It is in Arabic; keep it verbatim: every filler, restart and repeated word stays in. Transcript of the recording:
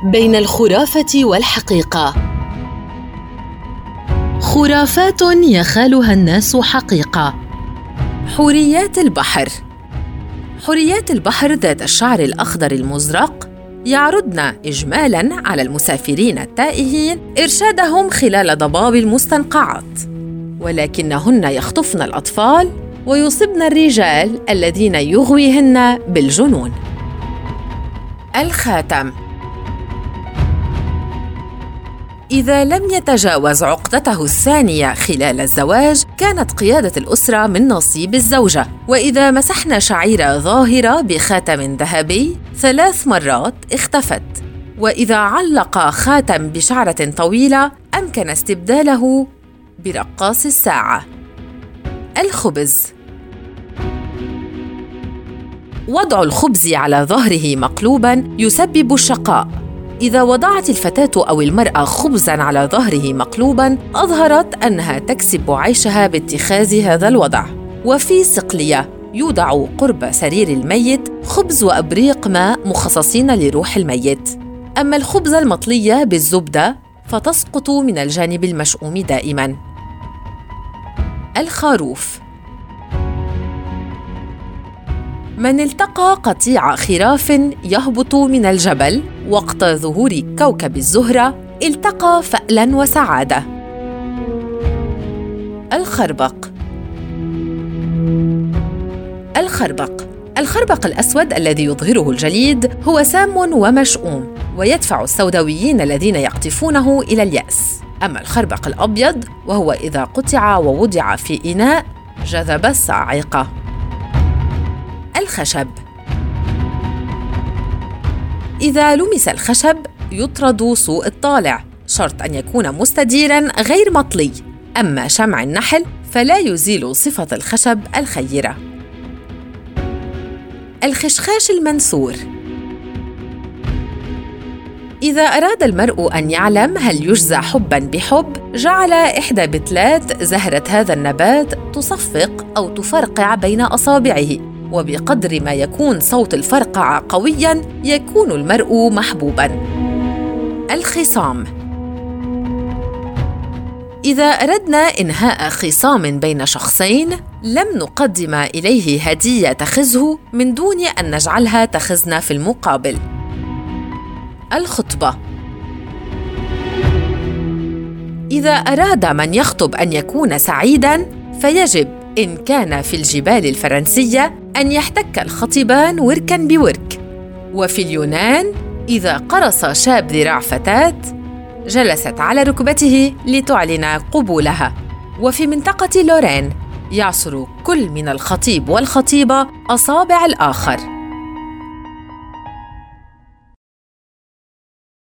بين الخرافة والحقيقة. خرافات يخالها الناس حقيقة. حوريات البحر. حوريات البحر ذات الشعر الأخضر المزرق يعرضن إجمالاً على المسافرين التائهين إرشادهم خلال ضباب المستنقعات، ولكنهن يخطفن الأطفال ويصبن الرجال الذين يغويهن بالجنون. الخاتم. إذا لم يتجاوز عقدته الثانية خلال الزواج كانت قيادة الأسرة من نصيب الزوجة، وإذا مسحنا شعيرة ظاهرة بخاتم ذهبي ثلاث مرات اختفت، وإذا علق خاتم بشعرة طويلة أمكن استبداله برقاص الساعة. الخبز. وضع الخبز على ظهره مقلوباً يسبب الشقاء. إذا وضعت الفتاة أو المرأة خبزاً على ظهره مقلوباً أظهرت أنها تكسب عيشها باتخاذ هذا الوضع. وفي صقلية يوضع قرب سرير الميت خبز وأبريق ماء مخصصين لروح الميت. أما الخبز المطلية بالزبدة فتسقط من الجانب المشؤوم دائماً. الخروف. من التقى قطيع خراف يهبط من الجبل وقت ظهور كوكب الزهرة التقى فألاً وسعادة. الخربق. الخربق الخربق الأسود الذي يظهره الجليد هو سام ومشؤوم ويدفع السوداويين الذين يقطفونه إلى اليأس. أما الخربق الأبيض وهو إذا قطع ووضع في إناء جذب الصاعقة. الخشب. إذا لمس الخشب يطرد سوء الطالع، شرط أن يكون مستديراً غير مطلي. أما شمع النحل فلا يزيل صفة الخشب الخيرة. الخشخاش المنثور. إذا أراد المرء أن يعلم هل يجزى حباً بحب جعل إحدى بتلات زهرة هذا النبات تصفق أو تفرقع بين أصابعه، وبقدر ما يكون صوت الفرقعة قوياً يكون المرء محبوباً. الخصام. إذا أردنا إنهاء خصام بين شخصين لم نقدم إليه هدية تخزه من دون أن نجعلها تخزنا في المقابل. الخطبة. إذا أراد من يخطب أن يكون سعيداً فيجب إن كان في الجبال الفرنسية أن يحتك الخطيبان وركاً بورك. وفي اليونان إذا قرص شاب ذراع فتاة جلست على ركبته لتعلن قبولها. وفي منطقة لورين يعصر كل من الخطيب والخطيبة أصابع الآخر.